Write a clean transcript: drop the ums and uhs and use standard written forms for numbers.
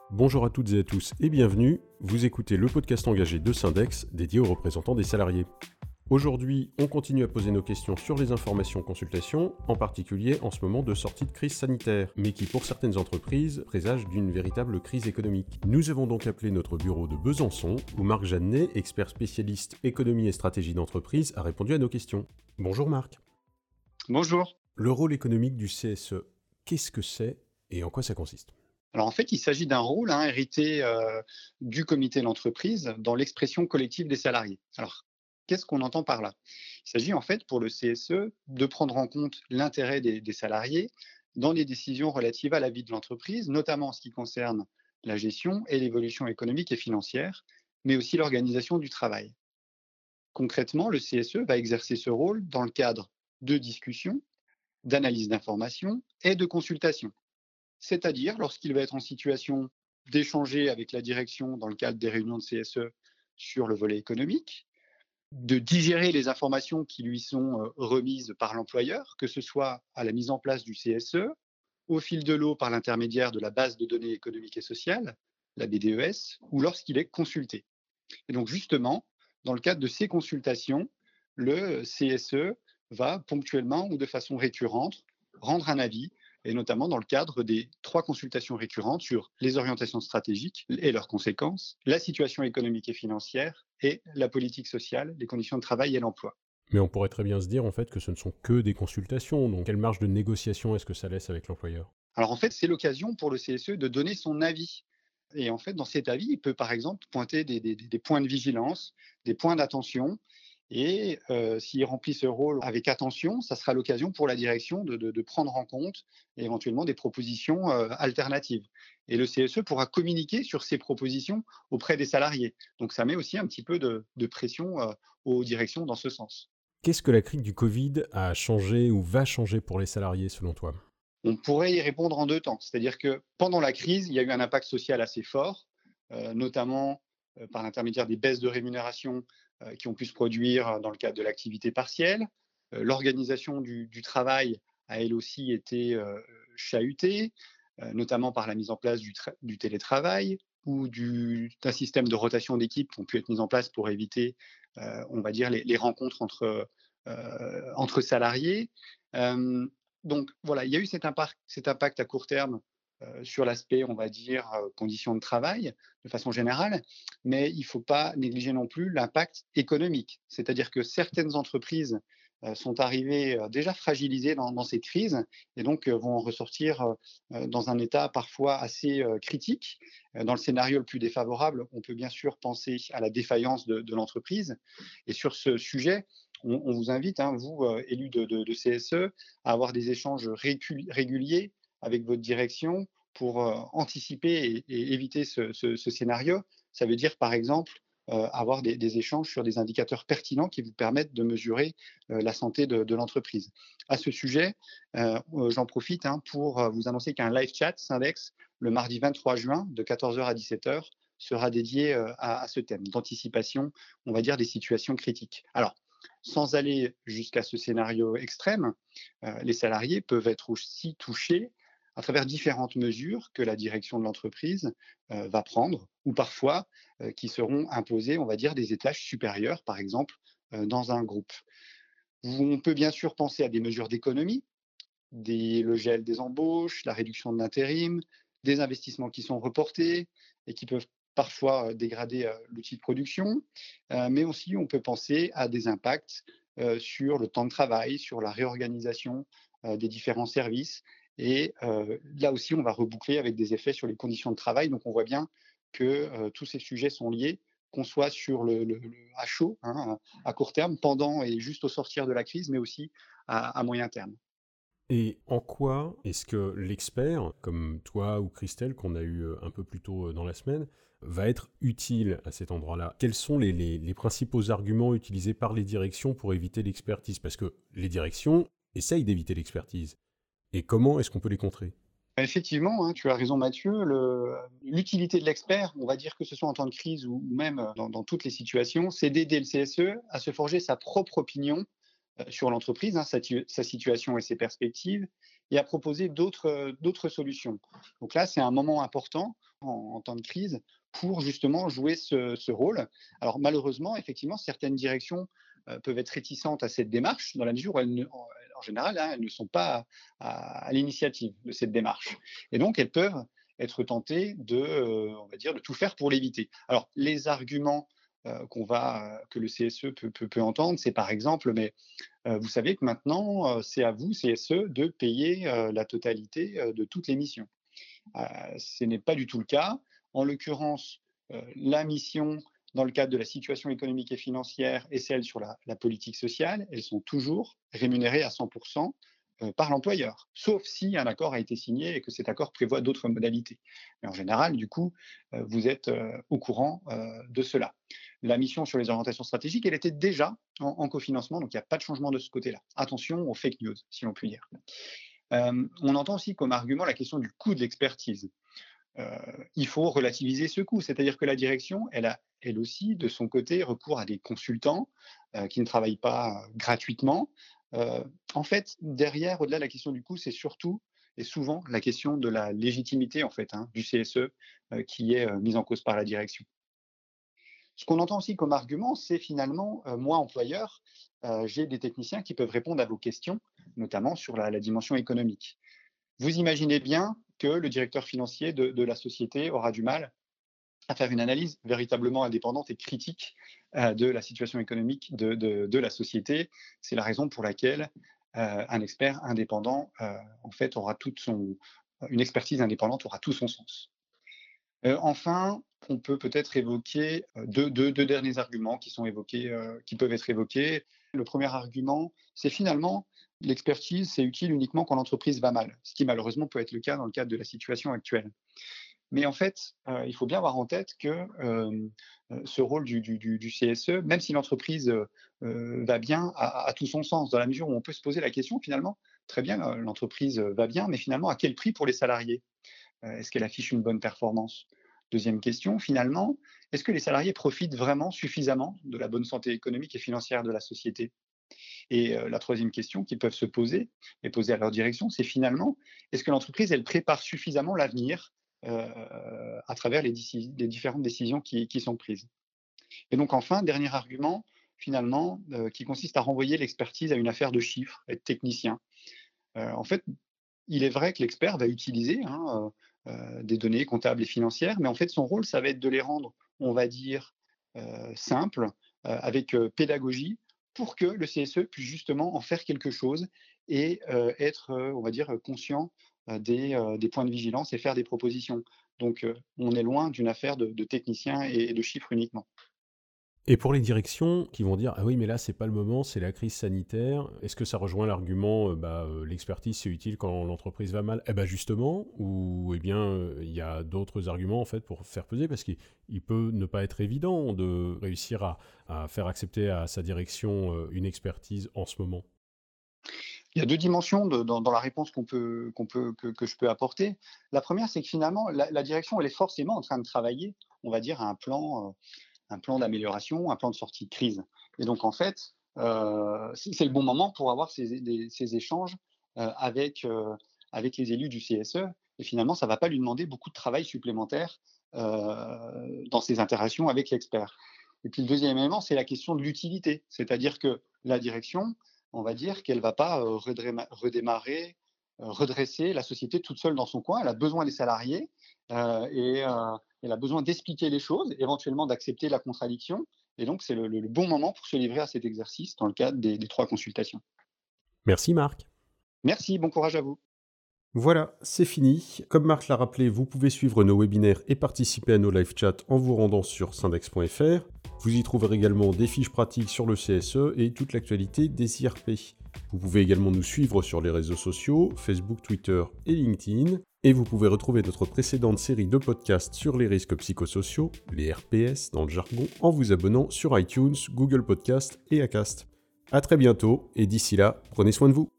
Bonjour à toutes et à tous et bienvenue, vous écoutez le podcast engagé de Syndex dédié aux représentants des salariés. Aujourd'hui, on continue à poser nos questions sur les informations consultations, en particulier en ce moment de sortie de crise sanitaire, mais qui pour certaines entreprises présage d'une véritable crise économique. Nous avons donc appelé notre bureau de Besançon, où Marc Jeannet, expert spécialiste économie et stratégie d'entreprise, a répondu à nos questions. Bonjour Marc. Bonjour. Le rôle économique du CSE, qu'est-ce que c'est et en quoi ça consiste ? Alors en fait, il s'agit d'un rôle hérité du comité d'entreprise dans l'expression collective des salariés. Alors, qu'est-ce qu'on entend par là? Il s'agit en fait pour le CSE de prendre en compte l'intérêt des salariés dans les décisions relatives à la vie de l'entreprise, notamment en ce qui concerne la gestion et l'évolution économique et financière, mais aussi l'organisation du travail. Concrètement, le CSE va exercer ce rôle dans le cadre de discussions, d'analyse d'informations et de consultations. C'est-à-dire lorsqu'il va être en situation d'échanger avec la direction dans le cadre des réunions de CSE sur le volet économique, de digérer les informations qui lui sont remises par l'employeur, que ce soit à la mise en place du CSE, au fil de l'eau par l'intermédiaire de la base de données économiques et sociales, la BDES, ou lorsqu'il est consulté. Et donc justement, dans le cadre de ces consultations, le CSE va ponctuellement ou de façon récurrente rendre un avis, et notamment dans le cadre des 3 consultations récurrentes sur les orientations stratégiques et leurs conséquences, la situation économique et financière et la politique sociale, les conditions de travail et l'emploi. Mais on pourrait très bien se dire en fait que ce ne sont que des consultations, donc quelle marge de négociation est-ce que ça laisse avec l'employeur ? Alors en fait, c'est l'occasion pour le CSE de donner son avis. Et en fait, dans cet avis, il peut par exemple pointer des points de vigilance, des points d'attention. Et s'il remplit ce rôle avec attention, ça sera l'occasion pour la direction de prendre en compte éventuellement des propositions alternatives. Et le CSE pourra communiquer sur ces propositions auprès des salariés. Donc ça met aussi un petit peu de pression aux directions dans ce sens. Qu'est-ce que la crise du Covid a changé ou va changer pour les salariés selon toi ? On pourrait y répondre en 2 temps. C'est-à-dire que pendant la crise, il y a eu un impact social assez fort, notamment par l'intermédiaire des baisses de rémunération qui ont pu se produire dans le cadre de l'activité partielle. L'organisation du travail a elle aussi été chahutée, notamment par la mise en place du télétravail ou d'un système de rotation d'équipe qui ont pu être mis en place pour éviter, on va dire, les rencontres entre salariés. Donc voilà, il y a eu cet impact à court terme sur l'aspect, on va dire, conditions de travail de façon générale, mais il ne faut pas négliger non plus l'impact économique. C'est-à-dire que certaines entreprises sont arrivées déjà fragilisées dans cette crise et donc vont en ressortir dans un état parfois assez critique. Dans le scénario le plus défavorable, on peut bien sûr penser à la défaillance de l'entreprise. Et sur ce sujet, on vous invite, vous, élus de CSE, à avoir des échanges réguliers avec votre direction pour anticiper et éviter ce scénario. Ça veut dire, par exemple, avoir des échanges sur des indicateurs pertinents qui vous permettent de mesurer la santé de l'entreprise. À ce sujet, j'en profite pour vous annoncer qu'un live chat Syndex, le mardi 23 juin, de 14h à 17h, sera dédié à ce thème d'anticipation, on va dire, des situations critiques. Alors, sans aller jusqu'à ce scénario extrême, les salariés peuvent être aussi touchés à travers différentes mesures que la direction de l'entreprise va prendre, ou parfois qui seront imposées, on va dire, des étages supérieurs, par exemple, dans un groupe. On peut bien sûr penser à des mesures d'économie, le gel des embauches, la réduction de l'intérim, des investissements qui sont reportés et qui peuvent parfois dégrader l'outil de production, mais aussi on peut penser à des impacts sur le temps de travail, sur la réorganisation des différents services. Et là aussi, on va reboucler avec des effets sur les conditions de travail. Donc on voit bien que tous ces sujets sont liés, qu'on soit sur à chaud, à court terme, pendant et juste au sortir de la crise, mais aussi à moyen terme. Et en quoi est-ce que l'expert, comme toi ou Christelle, qu'on a eu un peu plus tôt dans la semaine, va être utile à cet endroit-là ? Quels sont les principaux arguments utilisés par les directions pour éviter l'expertise ? Parce que les directions essayent d'éviter l'expertise. Et comment est-ce qu'on peut les contrer ? Effectivement, tu as raison Mathieu, l'utilité de l'expert, on va dire que ce soit en temps de crise ou même dans toutes les situations, c'est d'aider le CSE à se forger sa propre opinion sur l'entreprise, hein, sa situation et ses perspectives, et à proposer d'autres solutions. Donc là, c'est un moment important en temps de crise pour justement jouer ce rôle. Alors malheureusement, effectivement, certaines directions peuvent être réticentes à cette démarche, dans la mesure où en général, hein, elles ne sont pas à l'initiative de cette démarche. Et donc, elles peuvent être tentées on va dire, de tout faire pour l'éviter. Alors, les arguments que le CSE peut entendre, c'est par exemple, mais vous savez que maintenant, c'est à vous, CSE, de payer la totalité de toutes les missions. Ce n'est pas du tout le cas. En l'occurrence, la mission dans le cadre de la situation économique et financière et celle sur la politique sociale, elles sont toujours rémunérées à 100% par l'employeur, sauf si un accord a été signé et que cet accord prévoit d'autres modalités. Mais en général, du coup, vous êtes au courant de cela. La mission sur les orientations stratégiques, elle était déjà en cofinancement, donc il n'y a pas de changement de ce côté-là. Attention aux fake news, si l'on peut dire. On entend aussi comme argument la question du coût de l'expertise. Il faut relativiser ce coût, c'est-à-dire que la direction, elle a elle aussi, de son côté, recours à des consultants qui ne travaillent pas gratuitement. En fait, derrière, au-delà de la question du coût, c'est surtout et souvent la question de la légitimité en fait, hein, du CSE qui est mise en cause par la direction. Ce qu'on entend aussi comme argument, c'est finalement, moi, employeur, j'ai des techniciens qui peuvent répondre à vos questions, notamment sur la dimension économique. Vous imaginez bien que le directeur financier de la société aura du mal à faire une analyse véritablement indépendante et critique de la situation économique de la société. C'est la raison pour laquelle un expert indépendant, en fait, une expertise indépendante aura tout son sens. Enfin, on peut peut-être évoquer deux derniers arguments qui peuvent être évoqués. Le premier argument, c'est finalement l'expertise, c'est utile uniquement quand l'entreprise va mal, ce qui malheureusement peut être le cas dans le cadre de la situation actuelle. Mais en fait, il faut bien avoir en tête que ce rôle du CSE, même si l'entreprise va bien, a tout son sens, dans la mesure où on peut se poser la question finalement, très bien, l'entreprise va bien, mais finalement à quel prix pour les salariés? Est-ce qu'elle affiche une bonne performance? Deuxième question, finalement, est-ce que les salariés profitent vraiment suffisamment de la bonne santé économique et financière de la société? Et la troisième question qu'ils peuvent se poser et poser à leur direction, c'est finalement, est-ce que l'entreprise, elle prépare suffisamment l'avenir à travers les différentes décisions qui sont prises? Et donc enfin, dernier argument, finalement, qui consiste à renvoyer l'expertise à une affaire de chiffres, être technicien. En fait, il est vrai que l'expert va utiliser hein, des données comptables et financières, mais en fait, son rôle, ça va être de les rendre, on va dire, simples, avec pédagogie, pour que le CSE puisse justement en faire quelque chose et être, on va dire, conscient des points de vigilance et faire des propositions. Donc, on est loin d'une affaire de techniciens et de chiffres uniquement. Et pour les directions qui vont dire: «Ah oui, mais là, c'est pas le moment, c'est la crise sanitaire», est-ce que ça rejoint l'argument, l'expertise, c'est utile quand l'entreprise va mal? Eh ben justement, ou eh bien, il y a d'autres arguments, en fait, pour faire peser? Parce qu'il peut ne pas être évident de réussir à faire accepter à sa direction, une expertise en ce moment. Il y a 2 dimensions dans la réponse que je peux apporter. La première, c'est que finalement, la direction, elle est forcément en train de travailler, on va dire, à un plan d'amélioration, un plan de sortie de crise. Et donc, en fait, c'est le bon moment pour avoir ces échanges avec les élus du CSE. Et finalement, ça ne va pas lui demander beaucoup de travail supplémentaire dans ses interactions avec l'expert. Et puis, le deuxième élément, c'est la question de l'utilité. C'est-à-dire que la direction, on va dire qu'elle ne va pas redresser la société toute seule dans son coin. Elle a besoin des salariés et elle a besoin d'expliquer les choses, éventuellement d'accepter la contradiction. Et donc, c'est le bon moment pour se livrer à cet exercice dans le cadre des 3 consultations. Merci Marc. Merci, bon courage à vous. Voilà, c'est fini. Comme Marc l'a rappelé, vous pouvez suivre nos webinaires et participer à nos live chats en vous rendant sur syndex.fr. Vous y trouverez également des fiches pratiques sur le CSE et toute l'actualité des IRP. Vous pouvez également nous suivre sur les réseaux sociaux, Facebook, Twitter et LinkedIn. Et vous pouvez retrouver notre précédente série de podcasts sur les risques psychosociaux, les RPS dans le jargon, en vous abonnant sur iTunes, Google Podcast et Acast. À très bientôt, et d'ici là, prenez soin de vous.